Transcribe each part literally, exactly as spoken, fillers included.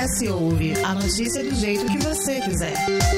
S Ouve, a notícia do jeito que você quiser.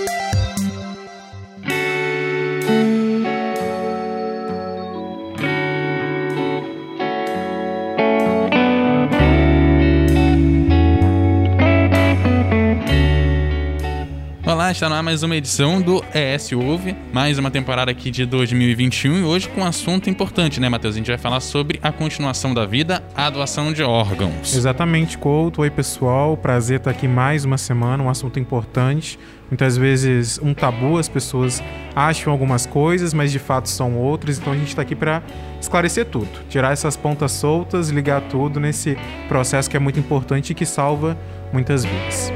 Olá, está no ar mais uma edição do E S Ouve, mais uma temporada aqui de dois mil e vinte e um e hoje com um assunto importante, né, Matheus? A gente vai falar sobre a continuação da vida, a doação de órgãos. Exatamente, Couto. Oi, pessoal. Prazer estar aqui mais uma semana, um assunto importante. Muitas vezes um tabu, as pessoas acham algumas coisas, mas de fato são outras. Então a gente está aqui para esclarecer tudo, tirar essas pontas soltas, ligar tudo nesse processo que é muito importante e que salva muitas vidas.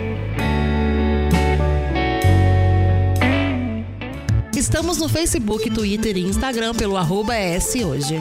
Estamos no Facebook, Twitter e Instagram pelo arroba E S Hoje.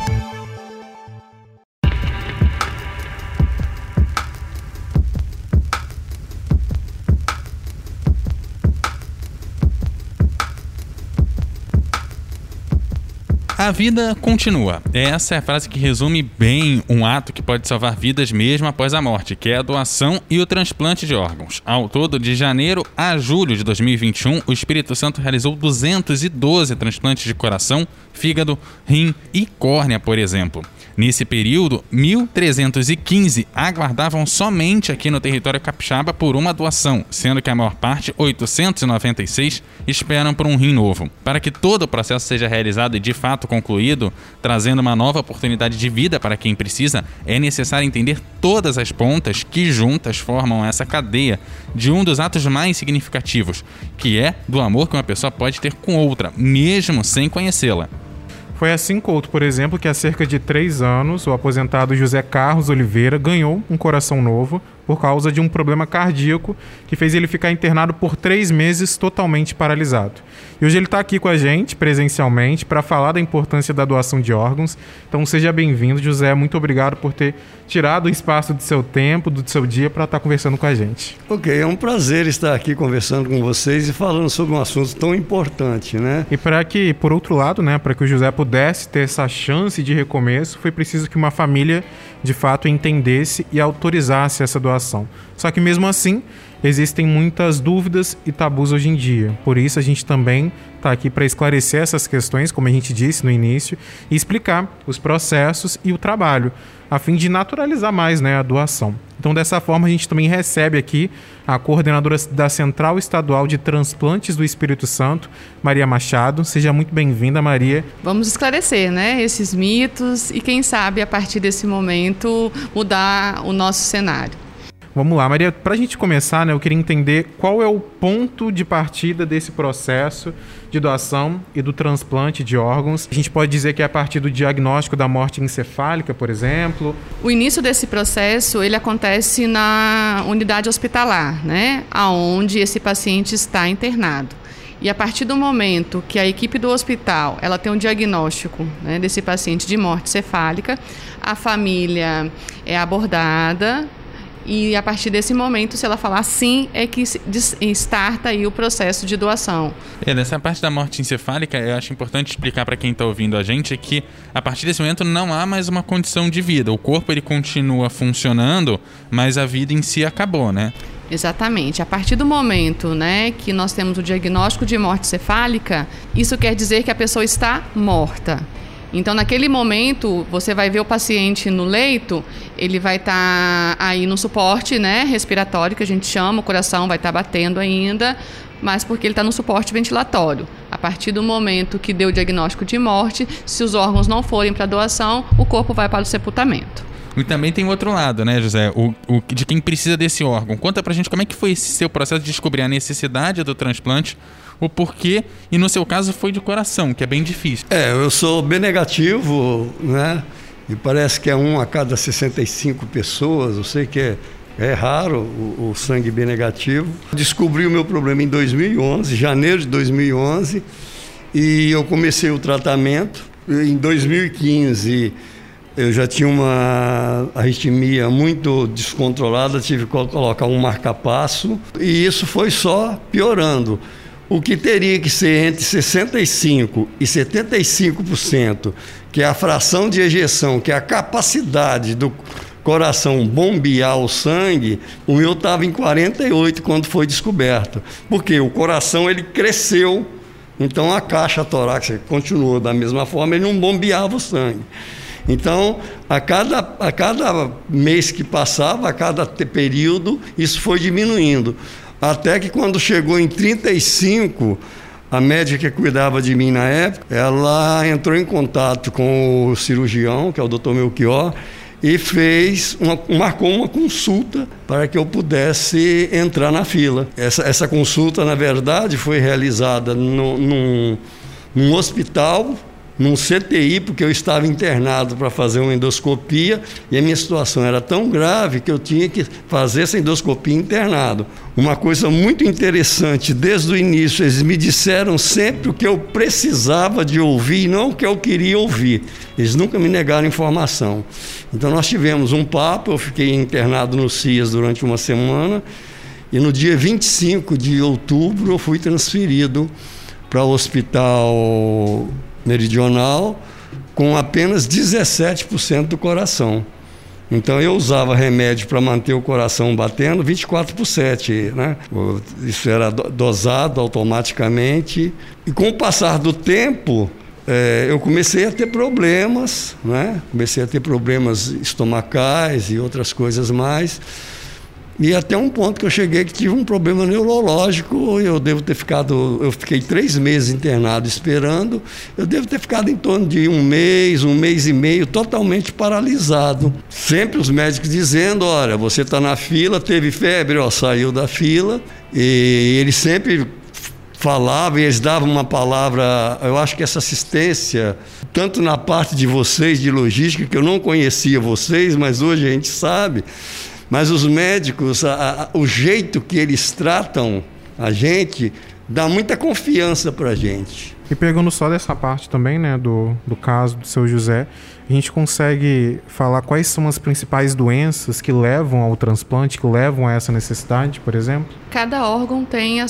A vida continua. Essa é a frase que resume bem um ato que pode salvar vidas mesmo após a morte, que é a doação e o transplante de órgãos. Ao todo, de janeiro a julho de dois mil e vinte e um, o Espírito Santo realizou duzentos e doze transplantes de coração, fígado, rim e córnea, por exemplo. Nesse período, mil trezentos e quinze aguardavam somente aqui no território capixaba por uma doação, sendo que a maior parte, oitocentos e noventa e seis, esperam por um rim novo. Para que todo o processo seja realizado e de fato concluído, trazendo uma nova oportunidade de vida para quem precisa, é necessário entender todas as pontas que juntas formam essa cadeia de um dos atos mais significativos, que é do amor que uma pessoa pode ter com outra, mesmo sem conhecê-la. Foi assim, Couto, por exemplo, que há cerca de três anos o aposentado José Carlos Oliveira ganhou um coração novo por causa de um problema cardíaco que fez ele ficar internado por três meses totalmente paralisado. E hoje ele está aqui com a gente, presencialmente, para falar da importância da doação de órgãos. Então seja bem-vindo, José. Muito obrigado por ter tirado o espaço do seu tempo, do seu dia, para estar conversando com a gente. Ok, é um prazer estar aqui conversando com vocês e falando sobre um assunto tão importante, né? E para que, por outro lado, né, para que o José pudesse ter essa chance de recomeço, foi preciso que uma família, de fato, entendesse e autorizasse essa doação. Só que mesmo assim, existem muitas dúvidas e tabus hoje em dia. Por isso a gente também está aqui para esclarecer essas questões, como a gente disse no início, e explicar os processos e o trabalho, a fim de naturalizar mais, né, a doação. Então, dessa forma, a gente também recebe aqui a coordenadora da Central Estadual de Transplantes do Espírito Santo, Maria Machado. Seja muito bem-vinda, Maria. Vamos esclarecer, né, esses mitos e, quem sabe, a partir desse momento, mudar o nosso cenário. Vamos lá, Maria, para a gente começar, né, eu queria entender qual é o ponto de partida desse processo de doação e do transplante de órgãos. A gente pode dizer que é a partir do diagnóstico da morte encefálica, por exemplo. O início desse processo, ele acontece na unidade hospitalar, né, aonde esse paciente está internado. E a partir do momento que a equipe do hospital ela tem um diagnóstico, né, desse paciente de morte cefálica, a família é abordada. E a partir desse momento, se ela falar sim, é que starta aí o processo de doação. É, nessa parte da morte encefálica, eu acho importante explicar para quem está ouvindo a gente que a partir desse momento não há mais uma condição de vida. O corpo ele continua funcionando, mas a vida em si acabou, né? Exatamente. A partir do momento, né, que nós temos o diagnóstico de morte cefálica, isso quer dizer que a pessoa está morta. Então, naquele momento, você vai ver o paciente no leito, ele vai estar tá aí no suporte, né, respiratório, que a gente chama, o coração vai estar tá batendo ainda, mas porque ele está no suporte ventilatório. A partir do momento que deu o diagnóstico de morte, se os órgãos não forem para doação, o corpo vai para o sepultamento. E também tem o outro lado, né, José? O, o, de quem precisa desse órgão. Conta pra gente como é que foi esse seu processo de descobrir a necessidade do transplante, o porquê, e no seu caso foi de coração, que é bem difícil. É, eu sou B negativo, né? E parece que é um a cada sessenta e cinco pessoas, eu sei que é, é raro o, o sangue B negativo. Descobri o meu problema em dois mil e onze, janeiro de dois mil e onze, e eu comecei o tratamento. Em dois mil e quinze, eu já tinha uma arritmia muito descontrolada, tive que colocar um marca-passo, e isso foi só piorando. O que teria que ser entre sessenta e cinco por cento e setenta e cinco por cento, que é a fração de ejeção, que é a capacidade do coração bombear o sangue, o meu estava em quarenta e oito quando foi descoberto. Porque o coração ele cresceu, então a caixa torácica continuou da mesma forma, ele não bombeava o sangue. Então, a cada, a cada mês que passava, a cada período, isso foi diminuindo. Até que quando chegou em trinta e cinco, a médica que cuidava de mim na época, ela entrou em contato com o cirurgião, que é o doutor Melchior, e fez uma, marcou uma consulta para que eu pudesse entrar na fila. Essa, essa consulta, na verdade, foi realizada no, num, num hospital, num C T I, porque eu estava internado para fazer uma endoscopia e a minha situação era tão grave que eu tinha que fazer essa endoscopia internado. Uma coisa muito interessante, desde o início, eles me disseram sempre o que eu precisava de ouvir e não o que eu queria ouvir. Eles nunca me negaram informação. Então nós tivemos um papo, eu fiquei internado no C I A S durante uma semana e no dia vinte e cinco de outubro eu fui transferido para o hospital Meridional com apenas dezessete por cento do coração. Então eu usava remédio para manter o coração batendo vinte e quatro por sete, né? Isso era dosado automaticamente. E com o passar do tempo, é, eu comecei a ter problemas, né? Comecei a ter problemas estomacais e outras coisas mais. E até um ponto que eu cheguei que tive um problema neurológico, eu devo ter ficado, eu fiquei três meses internado esperando, eu devo ter ficado em torno de um mês, um mês e meio, totalmente paralisado. Sempre os médicos dizendo, olha, você está na fila, teve febre, ó, saiu da fila, e eles sempre falavam, e eles davam uma palavra, eu acho que essa assistência, tanto na parte de vocês, de logística, que eu não conhecia vocês, mas hoje a gente sabe. Mas os médicos, a, a, o jeito que eles tratam a gente, dá muita confiança para a gente. E pegando só dessa parte também, né, do, do caso do seu José, a gente consegue falar quais são as principais doenças que levam ao transplante, que levam a essa necessidade, por exemplo? Cada órgão tem a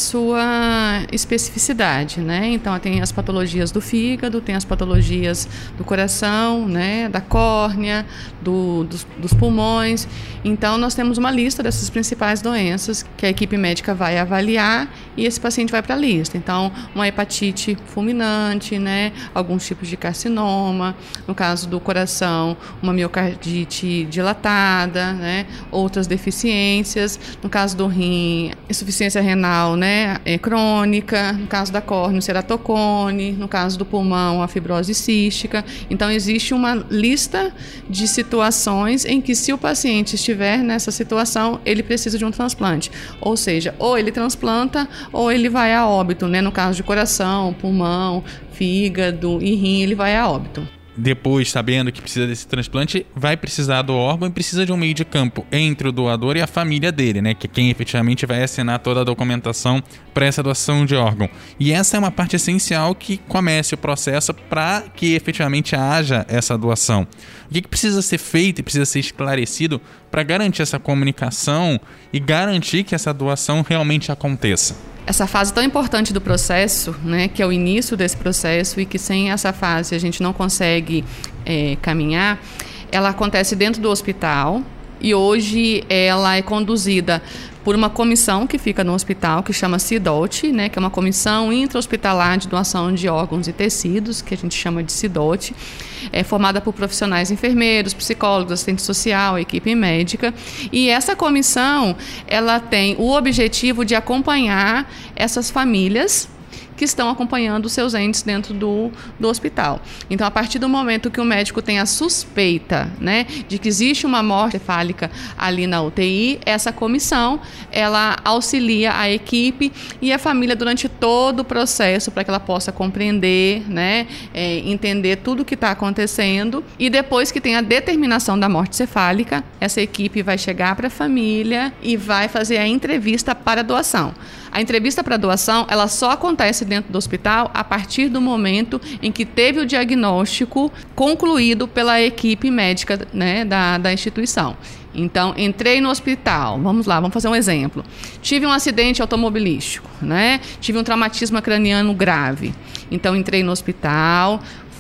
sua especificidade, né? Então tem as patologias do fígado, tem as patologias do coração, né? Da córnea, do, dos, dos pulmões. Então nós temos uma lista dessas principais doenças que a equipe médica vai avaliar e esse paciente vai para a lista. Então uma hepatite fulminante, né? Alguns tipos de carcinoma, no caso do coração, uma miocardite dilatada, né? Outras deficiências, no caso do rim, insuficiência renal, né, é crônica, no caso da córnea, o ceratocone, no caso do pulmão, a fibrose cística. Então, existe uma lista de situações em que, se o paciente estiver nessa situação, ele precisa de um transplante. Ou seja, ou ele transplanta ou ele vai a óbito, né, no caso de coração, pulmão, fígado e rim, ele vai a óbito. Depois, sabendo que precisa desse transplante, vai precisar do órgão e precisa de um meio de campo entre o doador e a família dele, né? Que é quem efetivamente vai assinar toda a documentação para essa doação de órgão. E essa é uma parte essencial que comece o processo para que efetivamente haja essa doação. O que, que precisa ser feito e precisa ser esclarecido para garantir essa comunicação e garantir que essa doação realmente aconteça? Essa fase tão importante do processo, né, que é o início desse processo e que sem essa fase a gente não consegue é, caminhar, ela acontece dentro do hospital e hoje ela é conduzida por uma comissão que fica no hospital, que chama CIDOT, né, que é uma comissão intra-hospitalar de doação de órgãos e tecidos, que a gente chama de CIDOT, é formada por profissionais enfermeiros, psicólogos, assistente social, equipe médica, e essa comissão, ela tem o objetivo de acompanhar essas famílias que estão acompanhando os seus entes dentro do, do hospital. Então, a partir do momento que o médico tem a suspeita, né, de que existe uma morte cefálica ali na U T I, essa comissão, ela auxilia a equipe e a família durante todo o processo para que ela possa compreender, né, é, entender tudo o que está acontecendo, e depois que tem a determinação da morte cefálica, essa equipe vai chegar para a família e vai fazer a entrevista para a doação. A entrevista para doação, ela só acontece dentro do hospital a partir do momento em que teve o diagnóstico concluído pela equipe médica, né, da, da instituição. Então, entrei no hospital, vamos lá, vamos fazer um exemplo. Tive um acidente automobilístico, né? Tive um traumatismo craniano grave. Então, entrei no hospital,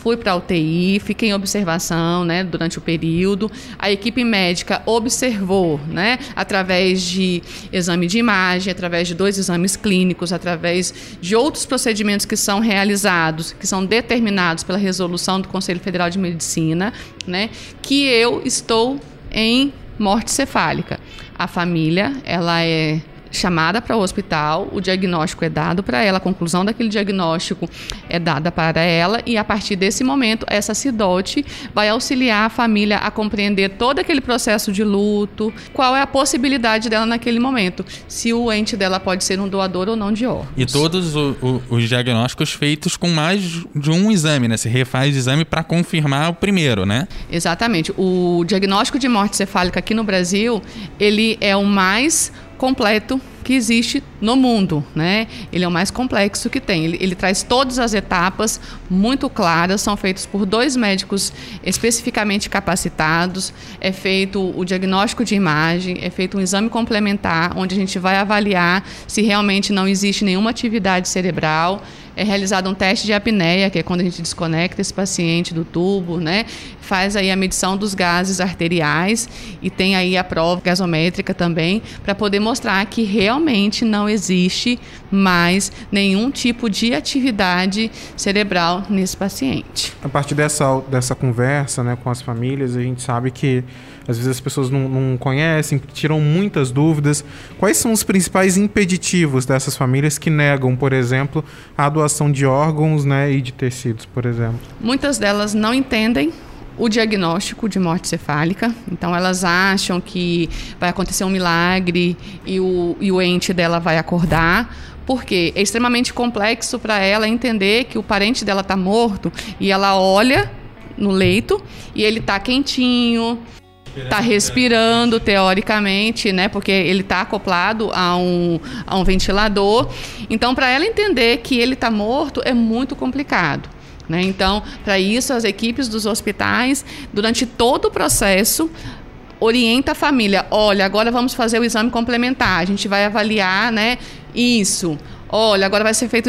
fui para a U T I, fiquei em observação, né, durante o período. A equipe médica observou, né, através de exame de imagem, através de dois exames clínicos, através de outros procedimentos que são realizados, que são determinados pela resolução do Conselho Federal de Medicina, né, que eu estou em morte cefálica. A família, ela é chamada para o hospital, o diagnóstico é dado para ela, a conclusão daquele diagnóstico é dada para ela e a partir desse momento essa CIDOT vai auxiliar a família a compreender todo aquele processo de luto, qual é a possibilidade dela naquele momento, se o ente dela pode ser um doador ou não de órgãos. E todos o, o, os diagnósticos feitos com mais de um exame, né? Se refaz o exame para confirmar o primeiro, né? Exatamente. O diagnóstico de morte cefálica aqui no Brasil, ele é o mais completo que existe no mundo, né? Ele é o mais complexo que tem. Ele, ele traz todas as etapas muito claras, são feitos por dois médicos especificamente capacitados, é feito o diagnóstico de imagem, é feito um exame complementar, onde a gente vai avaliar se realmente não existe nenhuma atividade cerebral. É realizado um teste de apneia, que é quando a gente desconecta esse paciente do tubo, né? Faz aí a medição dos gases arteriais e tem aí a prova gasométrica também, para poder mostrar que realmente não existe mais nenhum tipo de atividade cerebral nesse paciente. A partir dessa, dessa conversa, né, com as famílias, a gente sabe que às vezes as pessoas não, não conhecem, tiram muitas dúvidas. Quais são os principais impeditivos dessas famílias que negam, por exemplo, a doação de órgãos, né, e de tecidos, por exemplo? Muitas delas não entendem o diagnóstico de morte cefálica, então elas acham que vai acontecer um milagre e o, e o ente dela vai acordar, porque é extremamente complexo para ela entender que o parente dela está morto e ela olha no leito e ele está quentinho, está respirando teoricamente, né? Porque ele está acoplado a um, a um ventilador. Então, para ela entender que ele está morto é muito complicado, né? Então, para isso, as equipes dos hospitais, durante todo o processo, orienta a família. Olha, agora vamos fazer o exame complementar. A gente vai avaliar, né? Isso. Olha, agora vai ser feito o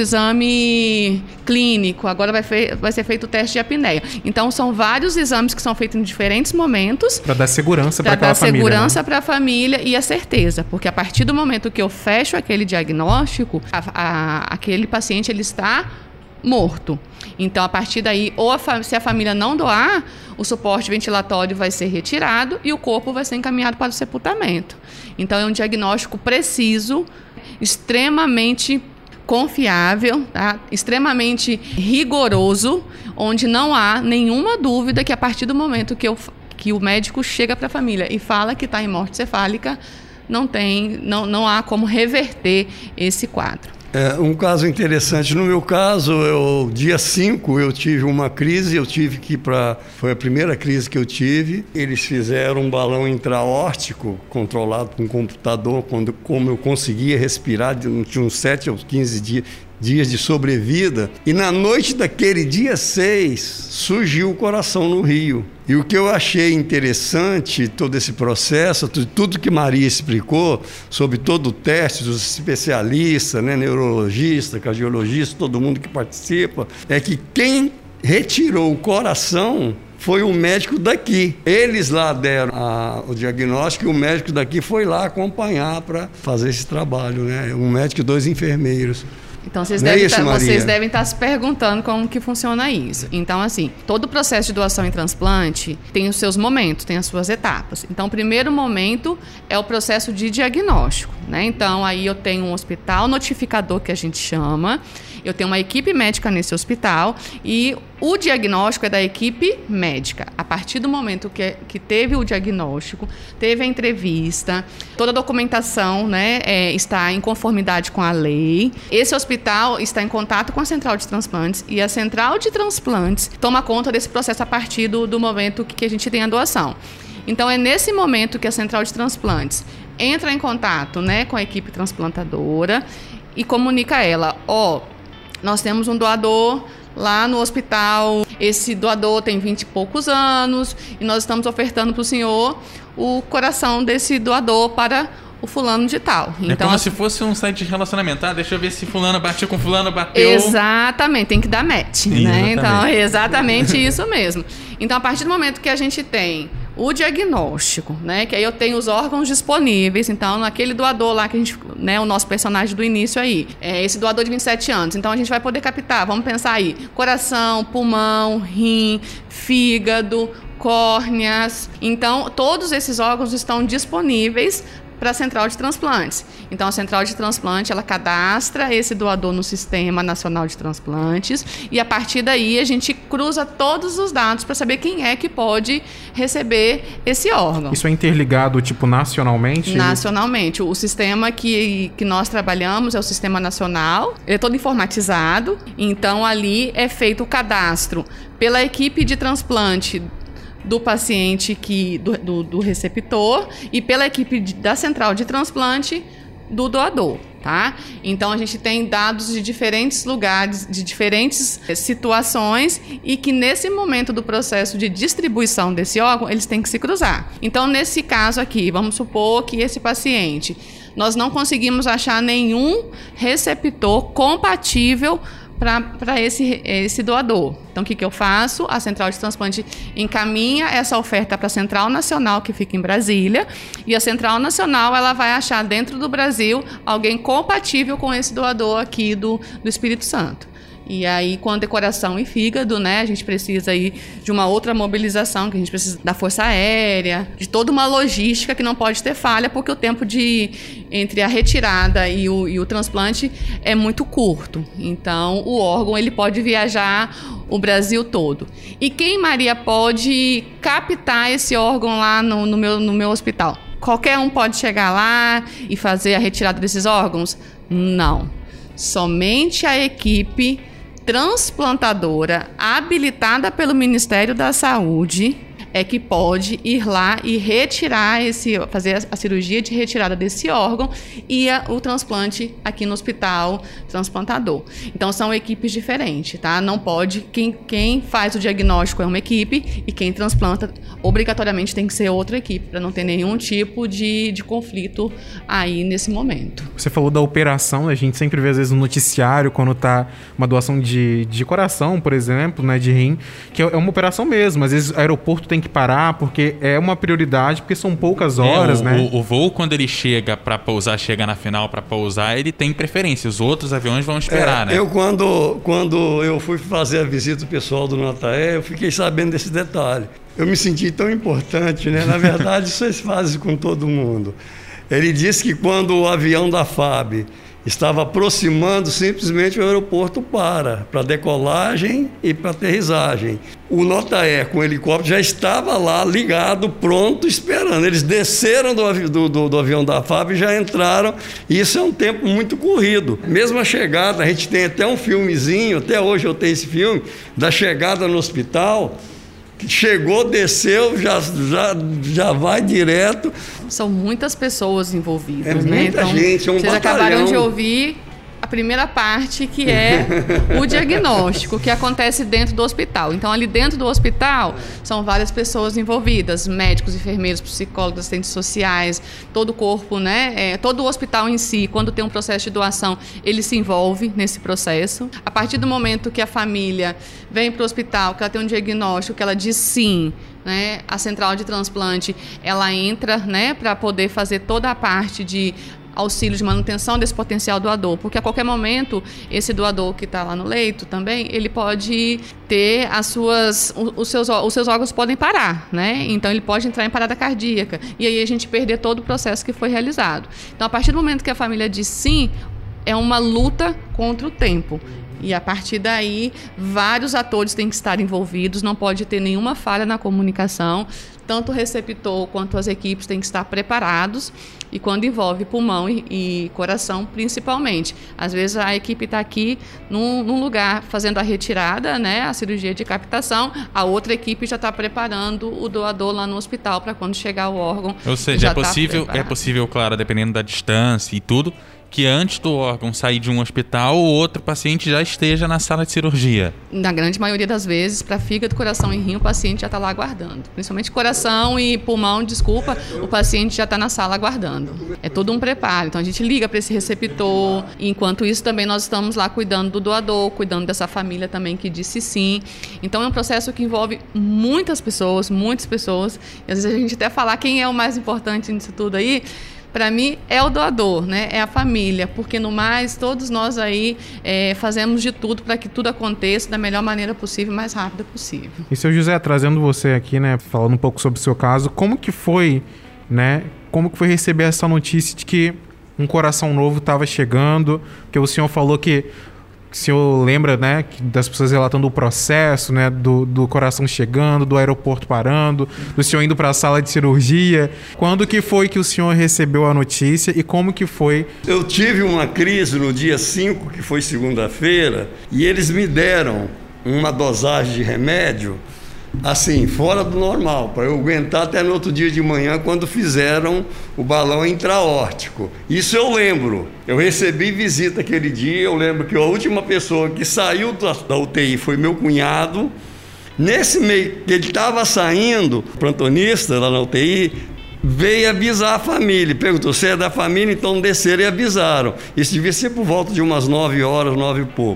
exame clínico, agora vai, fe- vai ser feito o teste de apneia. Então, são vários exames que são feitos em diferentes momentos. Para dar segurança para aquela família. Para dar segurança, né? para a família e a certeza. Porque a partir do momento que eu fecho aquele diagnóstico, a, a, aquele paciente ele está morto. Então, a partir daí, ou a fa- se a família não doar, o suporte ventilatório vai ser retirado e o corpo vai ser encaminhado para o sepultamento. Então, é um diagnóstico preciso, extremamente confiável, tá? Extremamente rigoroso, onde não há nenhuma dúvida que a partir do momento que, eu, que o médico chega para a família e fala que está em morte cefálica, não, tem, não, não há como reverter esse quadro. É, um caso interessante, no meu caso, eu, dia cinco eu tive uma crise, eu tive que ir para... Foi a primeira crise que eu tive. Eles fizeram um balão intraórtico controlado por um computador, quando, como eu conseguia respirar, de uns sete ou quinze dias, dias de sobrevida. E na noite daquele dia seis, surgiu o coração no Rio. E o que eu achei interessante, todo esse processo, tudo que Maria explicou sobre todo o teste dos especialistas, né, neurologista, cardiologista, todo mundo que participa, é que quem retirou o coração foi o médico daqui. Eles lá deram a, o diagnóstico e o médico daqui foi lá acompanhar para fazer esse trabalho, né? Um médico e dois enfermeiros. Então, vocês Não devem, é isso, tá, Maria? vocês devem estar se perguntando como que funciona isso. Então, assim, todo o processo de doação e transplante tem os seus momentos, tem as suas etapas. Então, o primeiro momento é o processo de diagnóstico, né? Então, aí eu tenho um hospital notificador, que a gente chama, eu tenho uma equipe médica nesse hospital e o diagnóstico é da equipe médica. A partir do momento que, que teve o diagnóstico, teve a entrevista, toda a documentação, né, é, está em conformidade com a lei. Esse hospital está em contato com a central de transplantes e a central de transplantes toma conta desse processo a partir do, do momento que, que a gente tem a doação. Então, é nesse momento que a central de transplantes entra em contato, né, com a equipe transplantadora e comunica a ela, ó, oh, nós temos um doador lá no hospital, esse doador tem vinte e poucos anos e nós estamos ofertando para o senhor o coração desse doador para o fulano de tal. É então, como assim, se fosse um site de relacionamento. Ah, deixa eu ver se fulano bateu com fulano, bateu... Exatamente, tem que dar match, né? Exatamente. Então, é exatamente isso mesmo. Então, a partir do momento que a gente tem o diagnóstico, né? Que aí eu tenho os órgãos disponíveis. Então, naquele doador lá que a gente, né? O nosso personagem do início aí, é esse doador de vinte e sete anos. Então, a gente vai poder captar, vamos pensar aí, coração, pulmão, rim, fígado, córneas. Então, todos esses órgãos estão disponíveis para a central de transplantes. Então, a central de transplante, ela cadastra esse doador no Sistema Nacional de Transplantes e, a partir daí, a gente cruza todos os dados para saber quem é que pode receber esse órgão. Isso é interligado, tipo, nacionalmente? Nacionalmente. O sistema que, que nós trabalhamos é o Sistema Nacional, ele é todo informatizado, então ali é feito o cadastro pela equipe de transplante do paciente, que, do, do, do receptor, e pela equipe de, da central de transplante do doador, tá? Então, a gente tem dados de diferentes lugares, de diferentes situações, e que nesse momento do processo de distribuição desse órgão, eles têm que se cruzar. Então, nesse caso aqui, vamos supor que esse paciente, nós não conseguimos achar nenhum receptor compatível para esse, esse doador. Então, o que, que eu faço? A central de transplante encaminha essa oferta para a Central Nacional, que fica em Brasília, e a Central Nacional ela vai achar dentro do Brasil alguém compatível com esse doador aqui do, do Espírito Santo. E aí, com a decoração e fígado, né, a gente precisa aí de uma outra mobilização, que a gente precisa da Força Aérea, de toda uma logística que não pode ter falha, porque o tempo de, entre a retirada e o, e o transplante é muito curto. Então, o órgão ele pode viajar o Brasil todo. E quem, Maria, pode captar esse órgão lá no, no, meu, no meu hospital? Qualquer um pode chegar lá e fazer a retirada desses órgãos? Não. Somente a equipe transplantadora habilitada pelo Ministério da Saúde é que pode ir lá e retirar esse, fazer a cirurgia de retirada desse órgão e a, o transplante aqui no hospital transplantador. Então, são equipes diferentes, tá? Não pode, quem, quem faz o diagnóstico é uma equipe e quem transplanta obrigatoriamente tem que ser outra equipe, para não ter nenhum tipo de, de conflito aí nesse momento. Você falou da operação, a gente sempre vê às vezes no noticiário quando tá uma doação de, de coração, por exemplo, né, de rim, que é uma operação mesmo. Às vezes o aeroporto tem que parar porque é uma prioridade, porque são poucas horas, é, o, né? O, o voo, quando ele chega para pousar, chega na final para pousar, ele tem preferência. Os outros aviões vão esperar, é, né? Eu, quando, quando eu fui fazer a visita pessoal do Nataé, eu fiquei sabendo desse detalhe. Eu me senti tão importante, né? Na verdade, isso eles fazem com todo mundo. Ele disse que quando o avião da F A B estava aproximando, simplesmente o aeroporto para, para decolagem e para aterrissagem. O Nataé, com o helicóptero, já estava lá ligado, pronto, esperando. Eles desceram do, avi do, do, do avião da F A B e já entraram. E isso é um tempo muito corrido. Mesmo a chegada, a gente tem até um filmezinho, até hoje eu tenho esse filme, da chegada no hospital. Chegou, desceu, já, já, já vai direto. São muitas pessoas envolvidas, é né? Muita então, gente, é um vocês batalhão. acabaram de ouvir a primeira parte, que é o diagnóstico, que acontece dentro do hospital. Então, ali dentro do hospital, são várias pessoas envolvidas, médicos, enfermeiros, psicólogos, assistentes sociais, todo o corpo, né? É, todo o hospital em si, quando tem um processo de doação, ele se envolve nesse processo. A partir do momento que a família vem para o hospital, que ela tem um diagnóstico, que ela diz sim, né? A central de transplante, ela entra, né, para poder fazer toda a parte de auxílio de manutenção desse potencial doador, porque a qualquer momento esse doador que está lá no leito também, ele pode ter as suas, os seus, os seus órgãos podem parar, né? Então ele pode entrar em parada cardíaca e aí a gente perder todo o processo que foi realizado. Então, a partir do momento que a família diz sim, é uma luta contra o tempo. E a partir daí, vários atores têm que estar envolvidos, não pode ter nenhuma falha na comunicação, tanto o receptor quanto as equipes têm que estar preparados, e quando envolve pulmão e, e coração, principalmente. Às vezes a equipe está aqui num, num lugar fazendo a retirada, né, a cirurgia de captação, a outra equipe já está preparando o doador lá no hospital para quando chegar o órgão. Ou seja, é possível, tá é possível, claro, dependendo da distância e tudo, que antes do órgão sair de um hospital, o outro paciente já esteja na sala de cirurgia? Na grande maioria das vezes, para fígado, coração e rim, o paciente já está lá aguardando. Principalmente coração e pulmão, desculpa, o paciente já está na sala aguardando. É todo um preparo. Então a gente liga para esse receptor. E, enquanto isso, também nós estamos lá cuidando do doador, cuidando dessa família também que disse sim. Então é um processo que envolve muitas pessoas, muitas pessoas. E às vezes a gente até falar quem é o mais importante nisso tudo aí. Para mim, é o doador, né? É a família, porque no mais, todos nós aí é, fazemos de tudo para que tudo aconteça da melhor maneira possível, mais rápida possível. E seu José, trazendo você aqui, né, falando um pouco sobre o seu caso, como que foi, né, como que foi receber essa notícia de que um coração novo estava chegando, que o senhor falou que o senhor lembra, né, das pessoas relatando o processo, né, do, do coração chegando, do aeroporto parando, do senhor indo para a sala de cirurgia. Quando que foi que o senhor recebeu a notícia e como que foi? Eu tive uma crise no dia cinco, que foi segunda-feira, e eles me deram uma dosagem de remédio, assim, fora do normal, para eu aguentar até no outro dia de manhã, quando fizeram o balão intraórtico. Isso eu lembro. Eu recebi visita aquele dia, eu lembro que a última pessoa que saiu da U T I foi meu cunhado. Nesse meio que ele estava saindo, o plantonista lá na U T I veio avisar a família. Perguntou, você é da família? Então desceram e avisaram. Isso devia ser por volta de umas nove horas, nove e pouco.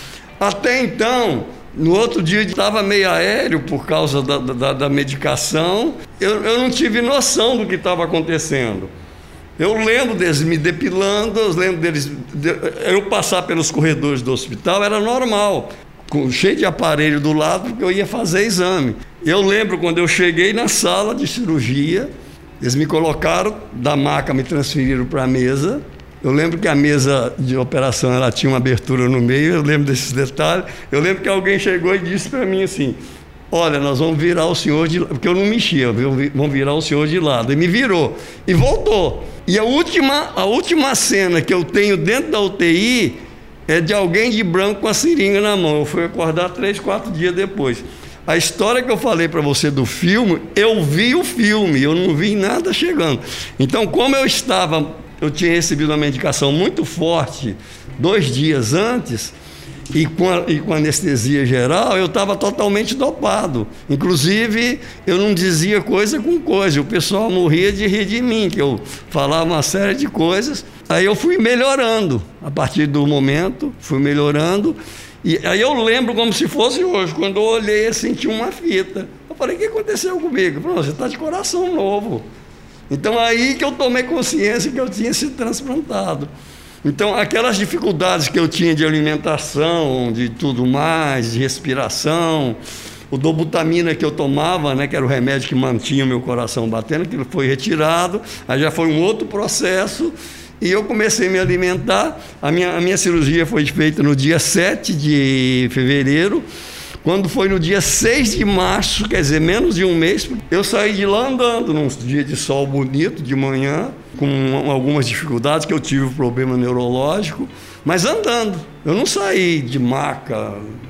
Até então, no outro dia estava meio aéreo por causa da, da, da medicação. Eu, eu não tive noção do que estava acontecendo. Eu lembro deles me depilando, eu lembro deles... De, eu passar pelos corredores do hospital era normal, com, cheio de aparelho do lado, porque eu ia fazer exame. Eu lembro quando eu cheguei na sala de cirurgia, eles me colocaram da maca, me transferiram para a mesa. Eu lembro que a mesa de operação ela tinha uma abertura no meio, eu lembro desses detalhes. Eu lembro que alguém chegou e disse para mim assim, olha, nós vamos virar o senhor de lado, porque eu não mexia, vamos virar o senhor de lado. E me virou, e voltou. E a última, a última cena que eu tenho dentro da U T I é de alguém de branco com a seringa na mão. Eu fui acordar três, quatro dias depois. A história que eu falei para você do filme, eu vi o filme, eu não vi nada chegando. Então, como eu estava... Eu tinha recebido uma medicação muito forte dois dias antes e com, a, e com anestesia geral, eu estava totalmente dopado. Inclusive, eu não dizia coisa com coisa. O pessoal morria de rir de mim, que eu falava uma série de coisas. Aí eu fui melhorando. A partir do momento, fui melhorando. E aí eu lembro como se fosse hoje. Quando eu olhei, eu senti uma fita. Eu falei, o que aconteceu comigo? Eu falei, você está de coração novo. Então, aí que eu tomei consciência que eu tinha sido transplantado. Então, aquelas dificuldades que eu tinha de alimentação, de tudo mais, de respiração, o dobutamina que eu tomava, né, que era o remédio que mantinha o meu coração batendo, aquilo foi retirado, aí já foi um outro processo, e eu comecei a me alimentar. A minha, a minha cirurgia foi feita no dia sete de fevereiro, quando foi no dia seis de março, quer dizer, menos de um mês, eu saí de lá andando, num dia de sol bonito, de manhã, com algumas dificuldades, que eu tive um problema neurológico, mas andando. Eu não saí de maca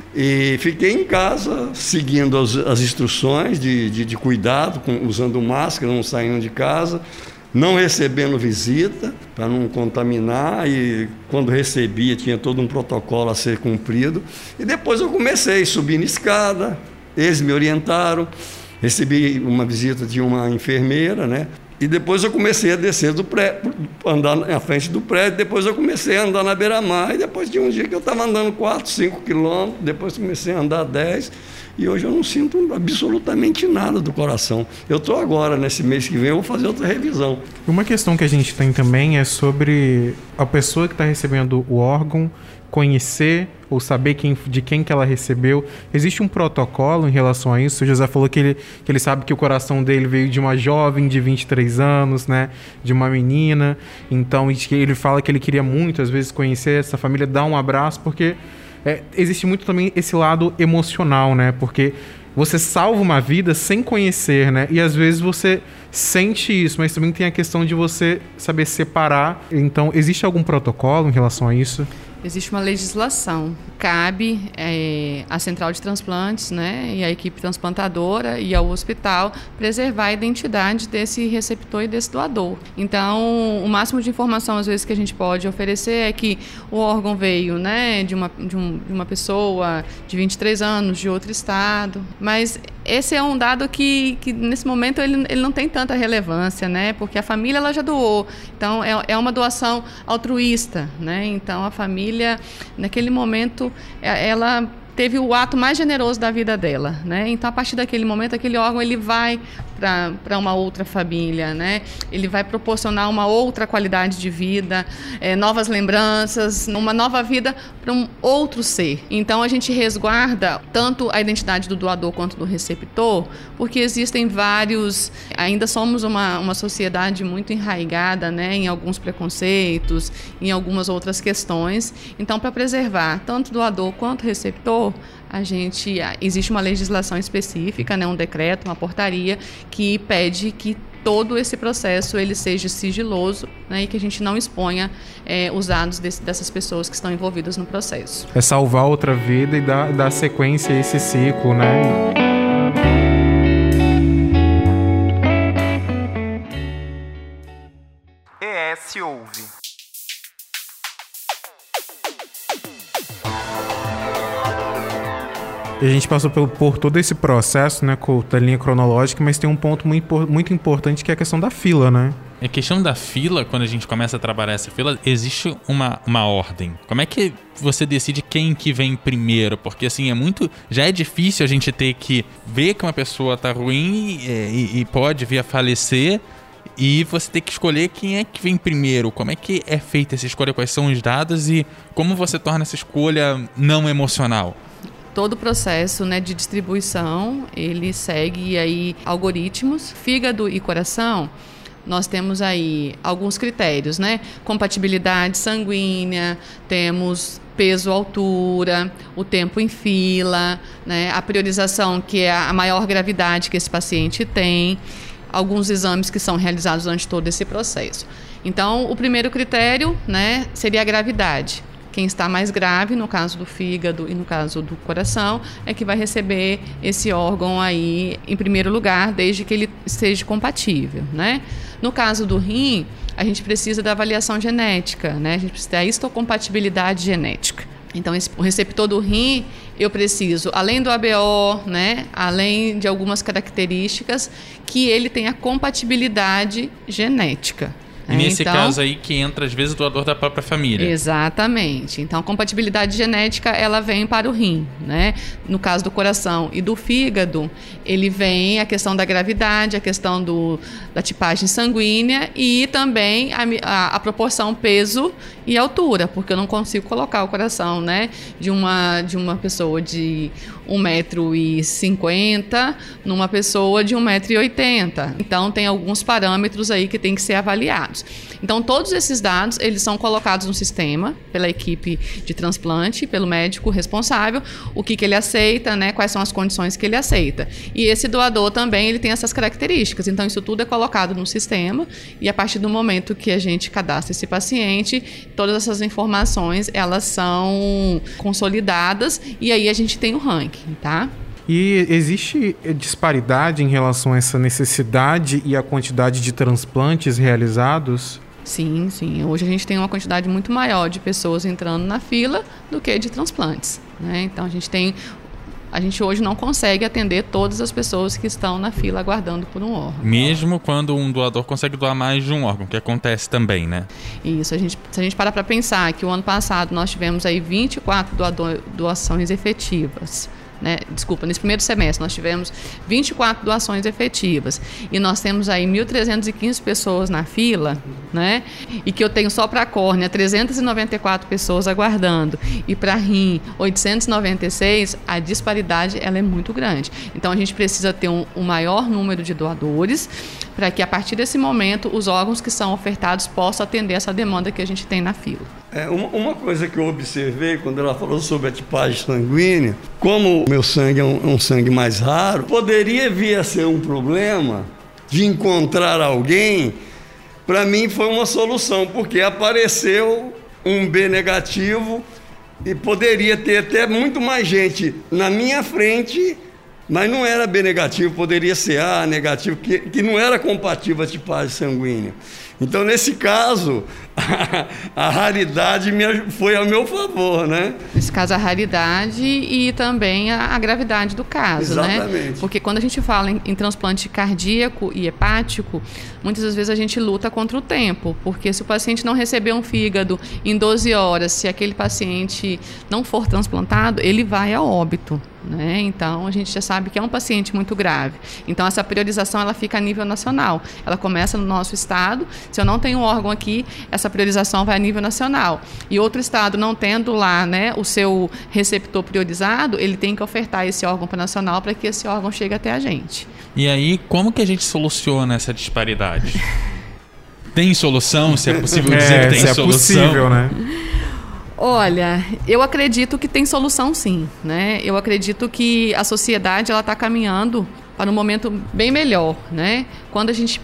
e fiquei em casa, seguindo as, as instruções de, de, de cuidado, com, usando máscara, não saindo de casa, não recebendo visita, para não contaminar, e quando recebia tinha todo um protocolo a ser cumprido. E depois eu comecei subindo escada, eles me orientaram, recebi uma visita de uma enfermeira, né? E depois eu comecei a descer do prédio, andar na frente do prédio, depois eu comecei a andar na beira-mar, e depois de um dia que eu estava andando quatro, cinco quilômetros, depois comecei a andar dez, e hoje eu não sinto absolutamente nada do coração. Eu estou agora, nesse mês que vem, eu vou fazer outra revisão. Uma questão que a gente tem também é sobre a pessoa que está recebendo o órgão conhecer ou saber quem, de quem que ela recebeu. Existe um protocolo em relação a isso? O José falou que ele, que ele sabe que o coração dele veio de uma jovem de vinte e três anos, né? De uma menina. Então, ele fala que ele queria muito, às vezes, conhecer essa família, dar um abraço, porque é, existe muito também esse lado emocional, né? Porque você salva uma vida sem conhecer, né? E às vezes você sente isso, mas também tem a questão de você saber separar. Então, existe algum protocolo em relação a isso? Existe uma legislação. Cabe é, à central de transplantes, né, e à equipe transplantadora e ao hospital preservar a identidade desse receptor e desse doador. Então, o máximo de informação, às vezes, que a gente pode oferecer é que o órgão veio, né, de uma, de um, de uma pessoa de vinte e três anos, de outro estado. Mas esse é um dado que, que nesse momento, ele, ele não tem tanta relevância, né, porque a família ela já doou. Então, é, é uma doação altruísta, né? Então, a família, naquele momento, ela teve o ato mais generoso da vida dela, né? Então, a partir daquele momento, aquele órgão ele vai para uma outra família, né? Ele vai proporcionar uma outra qualidade de vida, é, novas lembranças, uma nova vida para um outro ser. Então, a gente resguarda tanto a identidade do doador quanto do receptor, porque existem vários... Ainda somos uma, uma sociedade muito enraigada, né, em alguns preconceitos, em algumas outras questões. Então, para preservar tanto doador quanto receptor, a gente, existe uma legislação específica, né, um decreto, uma portaria, que pede que todo esse processo ele seja sigiloso, né, e que a gente não exponha é, os dados desse, dessas pessoas que estão envolvidas no processo. É salvar outra vida e dar, dar sequência a esse ciclo, né? E S Ouve. E a gente passou por, por todo esse processo, né, com a linha cronológica, mas tem um ponto muito, muito importante que é a questão da fila, né? A questão da fila, quando a gente começa a trabalhar essa fila, existe uma, uma ordem. Como é que você decide quem que vem primeiro? Porque assim, é muito... Já é difícil a gente ter que ver que uma pessoa tá ruim e, e, e pode vir a falecer, e você ter que escolher quem é que vem primeiro. Como é que é feita essa escolha? Quais são os dados e como você torna essa escolha não emocional? Todo o processo, né, de distribuição, ele segue aí algoritmos. Fígado e coração, nós temos aí alguns critérios, né? Compatibilidade sanguínea, temos peso, altura, o tempo em fila, né? A priorização, que é a maior gravidade que esse paciente tem, alguns exames que são realizados durante todo esse processo. Então, o primeiro critério, né, seria a gravidade. Quem está mais grave, no caso do fígado e no caso do coração, é que vai receber esse órgão aí em primeiro lugar, desde que ele esteja compatível, né? No caso do rim, a gente precisa da avaliação genética, né? A gente precisa da histocompatibilidade genética. Então, esse, o receptor do rim, eu preciso, além do A B O, né, além de algumas características, que ele tenha compatibilidade genética. E nesse então, caso aí que entra, às vezes, o doador da própria família. Exatamente. Então, a compatibilidade genética, ela vem para o rim, né? No caso do coração e do fígado, ele vem a questão da gravidade, a questão do, da tipagem sanguínea e também a, a, a proporção peso e altura, porque eu não consigo colocar o coração, né, de uma, de uma pessoa de um metro e cinquenta numa pessoa de um metro e oitenta. Então, tem alguns parâmetros aí que tem que ser avaliados. Então, todos esses dados, eles são colocados no sistema pela equipe de transplante, pelo médico responsável, o que, que ele aceita, né, quais são as condições que ele aceita. E esse doador também, ele tem essas características. Então, isso tudo é colocado no sistema e a partir do momento que a gente cadastra esse paciente, todas essas informações, elas são consolidadas e aí a gente tem o ranking, tá? E existe disparidade em relação a essa necessidade e a quantidade de transplantes realizados? Sim, sim. Hoje a gente tem uma quantidade muito maior de pessoas entrando na fila do que de transplantes, né? Então a gente tem... A gente hoje não consegue atender todas as pessoas que estão na fila aguardando por um órgão. Mesmo quando um doador consegue doar mais de um órgão, que acontece também, né? Isso. A gente, se a gente parar para pensar que o ano passado nós tivemos aí vinte e quatro doador, doações efetivas, né? Desculpa, nesse primeiro semestre nós tivemos vinte e quatro doações efetivas e nós temos aí mil trezentas e quinze pessoas na fila, né? E que eu tenho só para a córnea trezentas e noventa e quatro pessoas aguardando e para rim oitocentos e noventa e seis, a disparidade ela é muito grande. Então a gente precisa ter um, um maior número de doadores para que a partir desse momento os órgãos que são ofertados possam atender essa demanda que a gente tem na fila. É, uma, uma coisa que eu observei quando ela falou sobre a tipagem sanguínea, como o meu sangue é um, um sangue mais raro, poderia vir a ser um problema de encontrar alguém. Para mim foi uma solução, porque apareceu um B negativo e poderia ter até muito mais gente na minha frente, mas não era B negativo, poderia ser A negativo, que, que não era compatível a tipagem sanguínea. Então, nesse caso, a, a raridade me, foi ao meu favor, né? Nesse caso, a raridade e também a, a gravidade do caso, Exatamente. né? Porque quando a gente fala em, em transplante cardíaco e hepático, muitas das vezes a gente luta contra o tempo, porque se o paciente não receber um fígado em doze horas, se aquele paciente não for transplantado, ele vai a óbito, né? Então, a gente já sabe que é um paciente muito grave. Então, essa priorização ela fica a nível nacional. Ela começa no nosso estado. Se eu não tenho um órgão aqui, essa priorização vai a nível nacional. E outro estado não tendo lá, né, o seu receptor priorizado, ele tem que ofertar esse órgão para nacional para que esse órgão chegue até a gente. E aí, como que a gente soluciona essa disparidade? Tem solução? Se é possível dizer É, que tem se é solução? possível, né? Olha, eu acredito que tem solução sim, né? Eu acredito que a sociedade ela está caminhando para um momento bem melhor, né? Quando a gente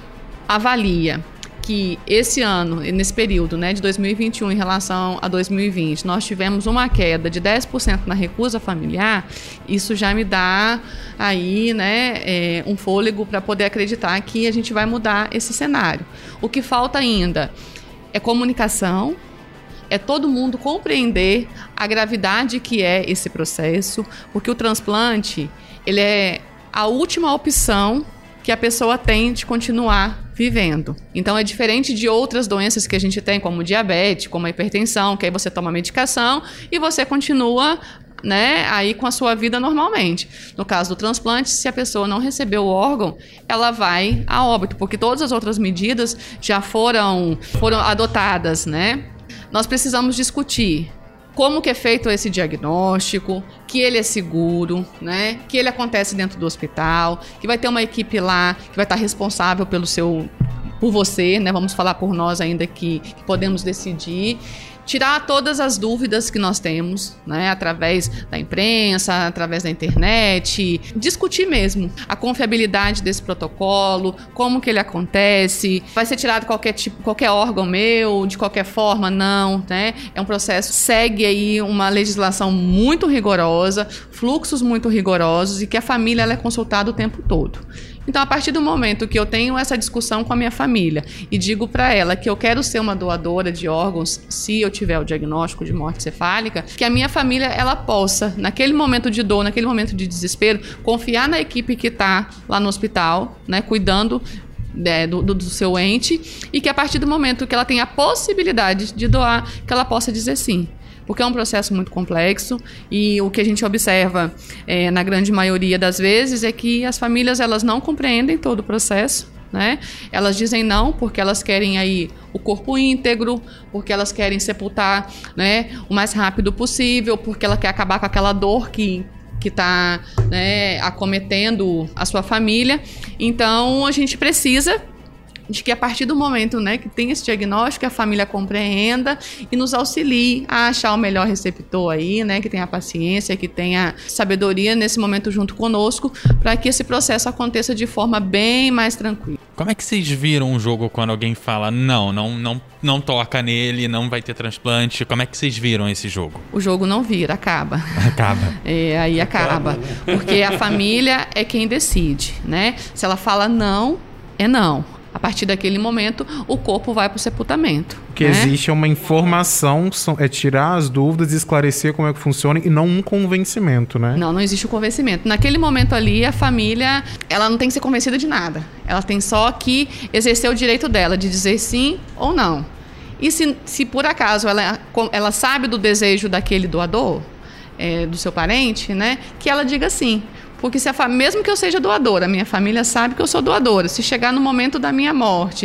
avalia que esse ano, nesse período, né, de dois mil e vinte e um em relação a dois mil e vinte, nós tivemos uma queda de dez por cento na recusa familiar, isso já me dá aí, né, é, um fôlego para poder acreditar que a gente vai mudar esse cenário. O que falta ainda é comunicação, é todo mundo compreender a gravidade que é esse processo, porque o transplante, ele é a última opção que a pessoa tem de continuar vivendo. Então, é diferente de outras doenças que a gente tem, como diabetes, como a hipertensão, que aí você toma medicação e você continua, né, aí com a sua vida normalmente. No caso do transplante, se a pessoa não recebeu o órgão, ela vai a óbito, porque todas as outras medidas já foram, foram adotadas, né? Nós precisamos discutir como que é feito esse diagnóstico, que ele é seguro, né? Que ele acontece dentro do hospital, que vai ter uma equipe lá que vai estar responsável pelo seu, por você, né? Vamos falar por nós ainda que, que podemos decidir. Tirar todas as dúvidas que nós temos, né, através da imprensa, através da internet, discutir mesmo a confiabilidade desse protocolo, como que ele acontece, vai ser tirado qualquer tipo, qualquer órgão meu, de qualquer forma, não, né? É um processo, segue aí uma legislação muito rigorosa, fluxos muito rigorosos e que a família ela é consultada o tempo todo. Então, a partir do momento que eu tenho essa discussão com a minha família e digo para ela que eu quero ser uma doadora de órgãos se eu tiver o diagnóstico de morte cefálica, que a minha família ela possa, naquele momento de dor, naquele momento de desespero, confiar na equipe que está lá no hospital, né, cuidando É, do, do, do seu ente, e que a partir do momento que ela tem a possibilidade de doar, que ela possa dizer sim. Porque é um processo muito complexo e o que a gente observa é, na grande maioria das vezes é que as famílias elas não compreendem todo o processo, né? Elas dizem não porque elas querem aí o corpo íntegro, porque elas querem sepultar, né, o mais rápido possível, porque ela quer acabar com aquela dor que que está, né, acometendo a sua família. Então, a gente precisa de que a partir do momento, né, que tem esse diagnóstico, a família compreenda e nos auxilie a achar o melhor receptor aí, né, que tenha paciência, que tenha sabedoria nesse momento junto conosco, para que esse processo aconteça de forma bem mais tranquila. Como é que vocês viram o jogo quando alguém fala não, não, não, não toca nele, não vai ter transplante? Como é que vocês viram esse jogo? O jogo não vira, acaba. Acaba. É, aí acaba. Porque a família é quem decide, né? Se ela fala não, é não. A partir daquele momento, o corpo vai para o sepultamento. O que né? existe é uma informação, é tirar as dúvidas, esclarecer como é que funciona e não um convencimento, né? Não, não existe o convencimento. Naquele momento ali, a família, ela não tem que ser convencida de nada. Ela tem só que exercer o direito dela de dizer sim ou não. E se, se por acaso ela, ela sabe do desejo daquele doador, é, do seu parente, né, que ela diga sim. Porque se a fam... mesmo que eu seja doadora, a minha família sabe que eu sou doadora. Se chegar no momento da minha morte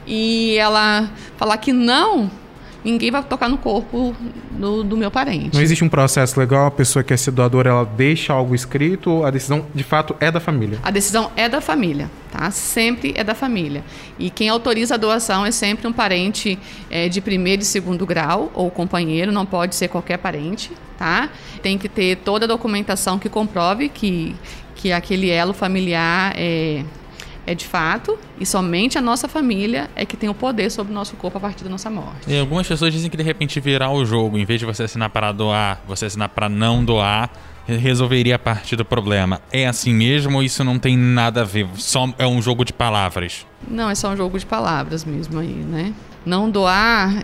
e ela falar que não, ninguém vai tocar no corpo do, do meu parente. Não existe um processo legal, a pessoa que quer ser doadora, ela deixa algo escrito, a decisão de fato é da família? A decisão é da família, tá? Sempre é da família. E quem autoriza a doação é sempre um parente é, de primeiro e segundo grau, ou companheiro, não pode ser qualquer parente, tá? Tem que ter toda a documentação que comprove que, que aquele elo familiar é, é de fato, e somente a nossa família é que tem o poder sobre o nosso corpo a partir da nossa morte. E algumas pessoas dizem que de repente virar o jogo, em vez de você assinar para doar, você assinar para não doar, resolveria parte do problema. É assim mesmo ou isso não tem nada a ver? Só é um jogo de palavras? Não, é só um jogo de palavras mesmo aí, né? Não doar,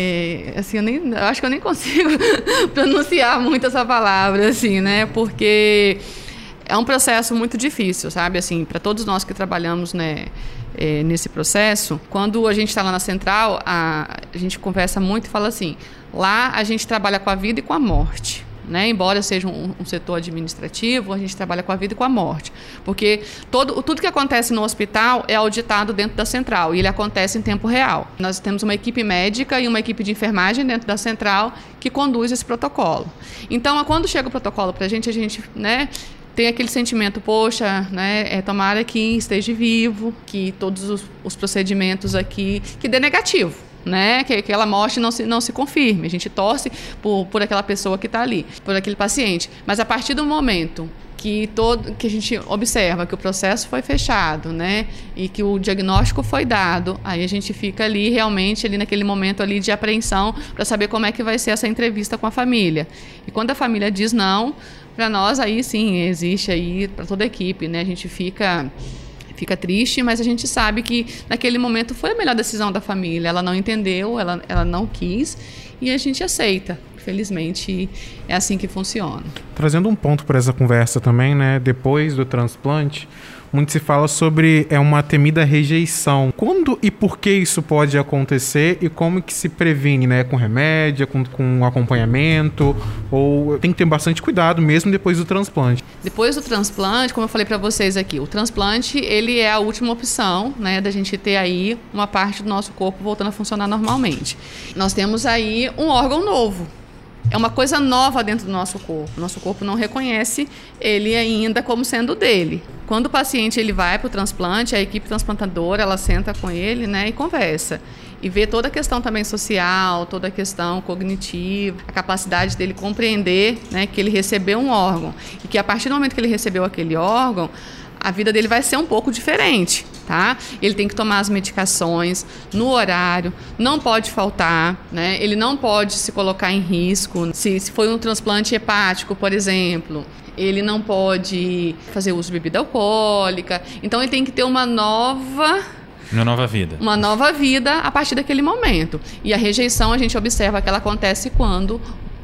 é, assim, eu, nem, eu acho que eu nem consigo pronunciar muito essa palavra, assim, né? Porque é um processo muito difícil, sabe? Assim, para todos nós que trabalhamos, né, é, nesse processo, quando a gente está lá na central, a, a gente conversa muito e fala assim, lá a gente trabalha com a vida e com a morte. Né? Embora seja um, um setor administrativo, a gente trabalha com a vida e com a morte. Porque todo, tudo que acontece no hospital é auditado dentro da central e ele acontece em tempo real. Nós temos uma equipe médica e uma equipe de enfermagem dentro da central que conduz esse protocolo. Então, quando chega o protocolo para a gente, a gente, né, tem aquele sentimento, poxa, né, é, tomara que esteja vivo, que todos os, os procedimentos aqui, que dê negativo. Né, que aquela morte não se, não se confirme. A gente torce por, por aquela pessoa que está ali, por aquele paciente. Mas a partir do momento que, todo, que a gente observa que o processo foi fechado, né, e que o diagnóstico foi dado, aí a gente fica ali realmente ali naquele momento ali de apreensão para saber como é que vai ser essa entrevista com a família. E quando a família diz não, para nós aí sim, existe aí para toda a equipe, né, a gente fica... Fica triste, mas a gente sabe que naquele momento foi a melhor decisão da família. Ela não entendeu, ela, ela não quis e a gente aceita. Felizmente é assim que funciona. Trazendo um ponto para essa conversa também, né? Depois do transplante, muito se fala sobre é uma temida rejeição. Quando e por que isso pode acontecer e como que se previne, né? Com remédio, com, com acompanhamento, ou tem que ter bastante cuidado mesmo depois do transplante. Depois do transplante, como eu falei para vocês aqui, o transplante ele é a última opção, né? Da gente ter aí uma parte do nosso corpo voltando a funcionar normalmente. Nós temos aí um órgão novo. É uma coisa nova dentro do nosso corpo. Nosso corpo não reconhece ele ainda como sendo dele. Quando o paciente ele vai para o transplante, a equipe transplantadora ela senta com ele, né, e conversa. E vê toda a questão também social, toda a questão cognitiva, a capacidade dele compreender, né, que ele recebeu um órgão. E que a partir do momento que ele recebeu aquele órgão, a vida dele vai ser um pouco diferente, tá? Ele tem que tomar as medicações no horário, não pode faltar, né? Ele não pode se colocar em risco. Se, se foi um transplante hepático, por exemplo, ele não pode fazer uso de bebida alcoólica. Então, ele tem que ter uma nova... Uma nova vida. Uma nova vida a partir daquele momento. E a rejeição, a gente observa que ela acontece quando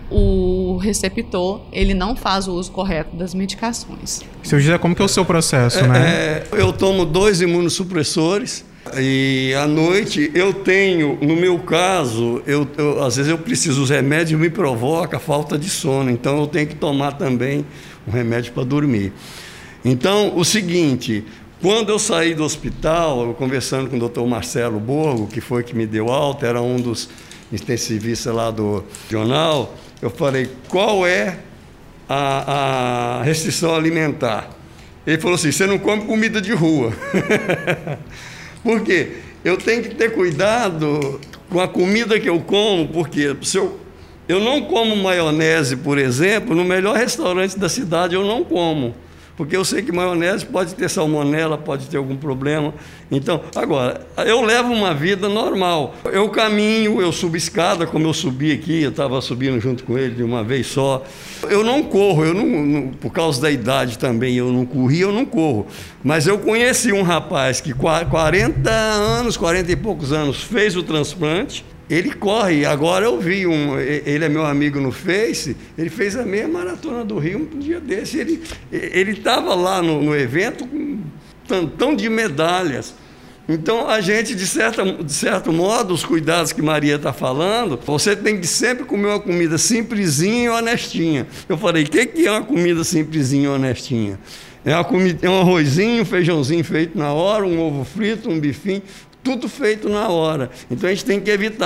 o receptor ele não faz o uso correto das medicações. Seu José, como que é o seu processo, né? É, eu tomo dois imunossupressores e à noite eu tenho, no meu caso, eu, eu, às vezes eu preciso, os remédios me provocam a falta de sono, então eu tenho que tomar também um remédio para dormir. Então, o seguinte, quando eu saí do hospital, eu conversando com o doutor Marcelo Borgo, que foi que me deu alta, era um dos intensivistas lá do jornal, eu falei, qual é a, a restrição alimentar? Ele falou assim, você não come comida de rua. Por quê? Eu tenho que ter cuidado com a comida que eu como, porque se eu, eu não como maionese, por exemplo, no melhor restaurante da cidade eu não como. Porque eu sei que maionese pode ter salmonela, pode ter algum problema. Então, agora, eu levo uma vida normal. Eu caminho, eu subo escada, como eu subi aqui, eu estava subindo junto com ele de uma vez só. Eu não corro, eu não, não, por causa da idade também, eu não corri, eu não corro. Mas eu conheci um rapaz que quarenta anos, quarenta e poucos anos, fez o transplante. Ele corre, agora eu vi, um, ele é meu amigo no Face, ele fez a meia maratona do Rio um dia desse, ele estava lá no, no evento com um tantão de medalhas. Então, a gente, de, certa, de certo modo, os cuidados que Maria está falando, você tem que sempre comer uma comida simplesinha e honestinha. Eu falei, o que, que é uma comida simplesinha e honestinha? É, uma comida, é um arrozinho, um feijãozinho feito na hora, um ovo frito, um bifinho, tudo feito na hora. Então a gente tem que evitar.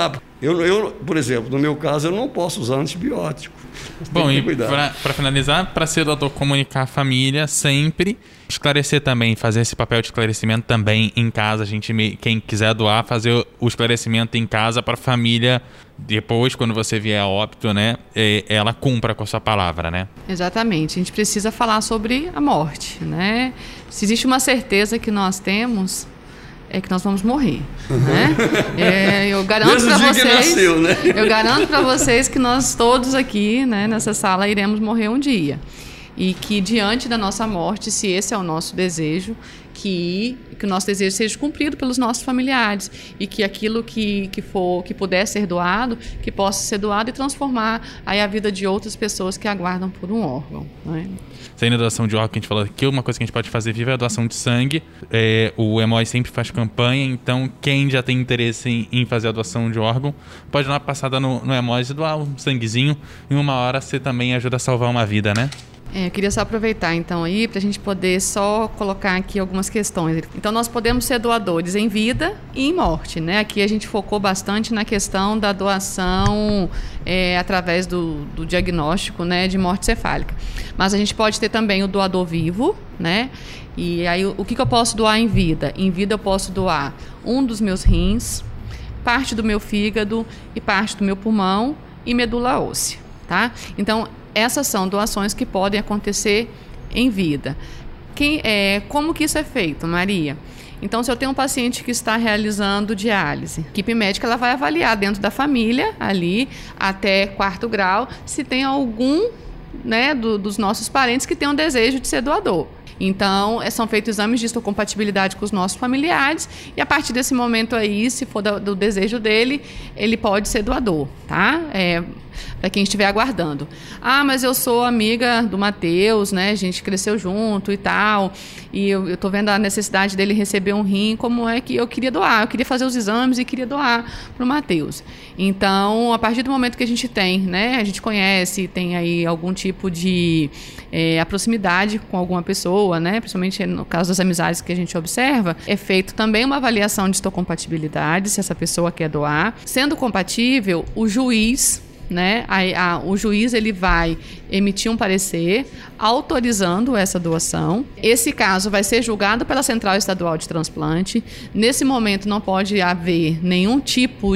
Eu, eu, por exemplo, no meu caso, eu não posso usar antibiótico. Bom, e para finalizar, para ser doador, comunicar a família sempre, esclarecer também, fazer esse papel de esclarecimento também em casa. A gente, quem quiser doar, fazer o esclarecimento em casa para a família, depois, quando você vier a óbito, né, ela cumpra com a sua palavra, né? Exatamente. A gente precisa falar sobre a morte, né? Se existe uma certeza que nós temos, é que nós vamos morrer, né? É, eu garanto para vocês, nasceu, né? eu garanto para vocês que nós todos aqui, né, nessa sala, iremos morrer um dia. E que diante da nossa morte, se esse é o nosso desejo, que, que o nosso desejo seja cumprido pelos nossos familiares e que aquilo que, que for, que puder ser doado, que possa ser doado e transformar aí a vida de outras pessoas que aguardam por um órgão, né? Saindo da doação de órgão, que a gente falou aqui, uma coisa que a gente pode fazer viva é a doação de sangue. É, o Hemóis sempre faz campanha, então quem já tem interesse em, em fazer a doação de órgão, pode dar uma passada no, no Hemóis e doar um sanguezinho. Em uma hora você também ajuda a salvar uma vida, né? É, eu queria só aproveitar então aí para a gente poder só colocar aqui algumas questões. Então nós podemos ser doadores em vida e em morte, né? Aqui a gente focou bastante na questão da doação é, através do, do diagnóstico, né, de morte cefálica. Mas a gente pode ter também o doador vivo, né? E aí o, o que, que eu posso doar em vida? Em vida eu posso doar um dos meus rins, parte do meu fígado e parte do meu pulmão e medula óssea, tá? Então essas são doações que podem acontecer em vida. Quem, é, como que isso é feito, Maria? Então, se eu tenho um paciente que está realizando diálise, a equipe médica ela vai avaliar dentro da família, ali, até quarto grau, se tem algum, né, do, dos nossos parentes que tem um desejo de ser doador. Então, são feitos exames de histocompatibilidade com os nossos familiares e a partir desse momento aí, se for do, do desejo dele, ele pode ser doador, tá? É, para quem estiver aguardando. Ah, mas eu sou amiga do Matheus, né? A gente cresceu junto e tal, e eu, eu tô vendo a necessidade dele receber um rim, como é que eu queria doar? Eu queria fazer os exames e queria doar para o Matheus. Então, a partir do momento que a gente tem, né? A gente conhece, tem aí algum tipo de é, a proximidade com alguma pessoa, né? Principalmente no caso das amizades que a gente observa, é feito também uma avaliação de histocompatibilidade, se essa pessoa quer doar. Sendo compatível, o juiz, né, a, a, o juiz ele vai emitir um parecer autorizando essa doação. Esse caso vai ser julgado pela Central Estadual de Transplante. Nesse momento não pode haver nenhum tipo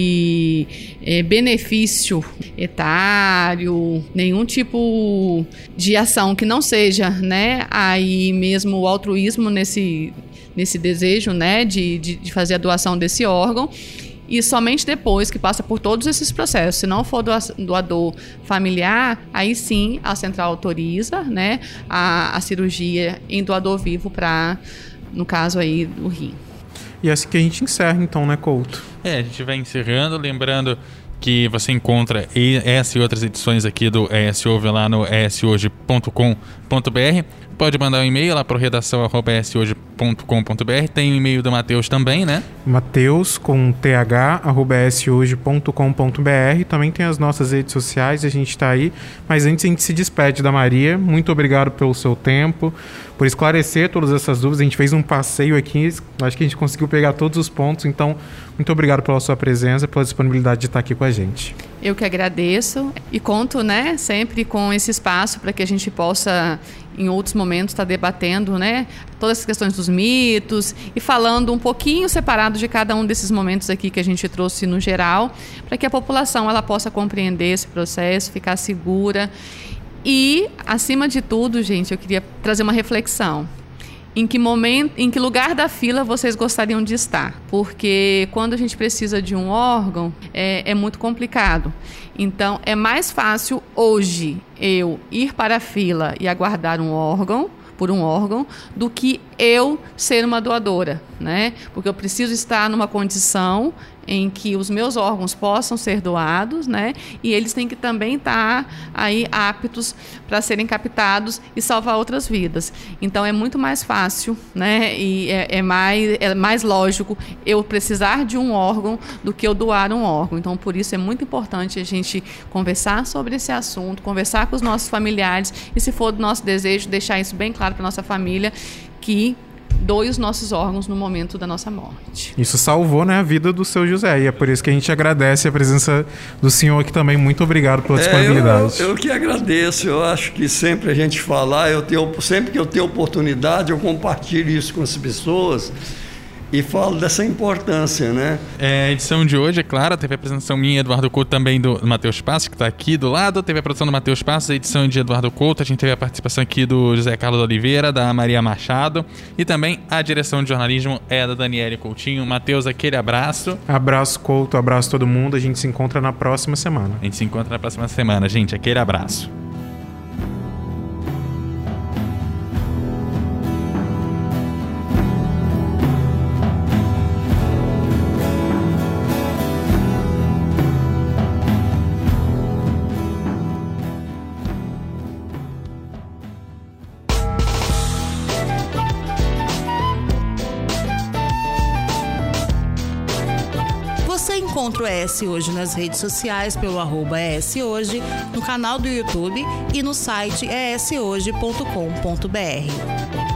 de é, benefício etário, nenhum tipo de ação que não seja, né, aí mesmo o altruísmo nesse, nesse desejo, né, de, de, de fazer a doação desse órgão. E somente depois que passa por todos esses processos, se não for doador familiar, aí sim a central autoriza, né, a, a cirurgia em doador vivo para, no caso aí, do rim. E é assim que a gente encerra então, né, Couto? É, a gente vai encerrando, lembrando que você encontra essa e outras edições aqui do E S Ouve lá no e s hoje ponto com ponto b r. Pode mandar um e-mail lá para o redação arroba e s hoje ponto com ponto b r. Tem o e-mail do Matheus também, né? Matheus com th arroba e s hoje ponto com ponto b r. Também tem as nossas redes sociais, a gente está aí. Mas antes a gente se despede da Maria. Muito obrigado pelo seu tempo, por esclarecer todas essas dúvidas. A gente fez um passeio aqui, acho que a gente conseguiu pegar todos os pontos. Então, muito obrigado pela sua presença, pela disponibilidade de estar aqui com a gente. Eu que agradeço e conto, né, sempre com esse espaço para que a gente possa, em outros momentos, estar debatendo, né, todas as questões dos mitos e falando um pouquinho separado de cada um desses momentos aqui que a gente trouxe no geral, para que a população ela possa compreender esse processo, ficar segura. E, acima de tudo, gente, eu queria trazer uma reflexão. Em que momento, em que lugar da fila vocês gostariam de estar? Porque quando a gente precisa de um órgão, é, é muito complicado. Então, é mais fácil hoje eu ir para a fila e aguardar um órgão, por um órgão, do que eu ser uma doadora, né? Porque eu preciso estar numa condição em que os meus órgãos possam ser doados, né? E eles têm que também estar aí aptos para serem captados e salvar outras vidas. Então é muito mais fácil, né? E é, é, mais, é mais lógico eu precisar de um órgão do que eu doar um órgão. Então por isso é muito importante a gente conversar sobre esse assunto, conversar com os nossos familiares e, se for do nosso desejo, deixar isso bem claro para nossa família, que doe os nossos órgãos no momento da nossa morte. Isso salvou, né, a vida do seu José, e é por isso que a gente agradece a presença do senhor aqui também. Muito obrigado pela disponibilidade. É, eu, eu, eu que agradeço. Eu acho que sempre a gente falar, eu tenho, sempre que eu tenho oportunidade, eu compartilho isso com as pessoas e falo dessa importância, né? É, a edição de hoje, é claro, teve a apresentação minha, Eduardo Couto, também do Matheus Passos, que está aqui do lado. Teve a produção do Matheus Passos, a edição de Eduardo Couto. A gente teve a participação aqui do José Carlos Oliveira, da Maria Machado. E também a direção de jornalismo é da Daniele Coutinho. Matheus, aquele abraço. Abraço, Couto. Abraço todo mundo. A gente se encontra na próxima semana. A gente se encontra na próxima semana, gente. Aquele abraço. Você encontra o E S Hoje nas redes sociais pelo arroba E S Hoje, no canal do YouTube e no site e s hoje ponto com ponto b r.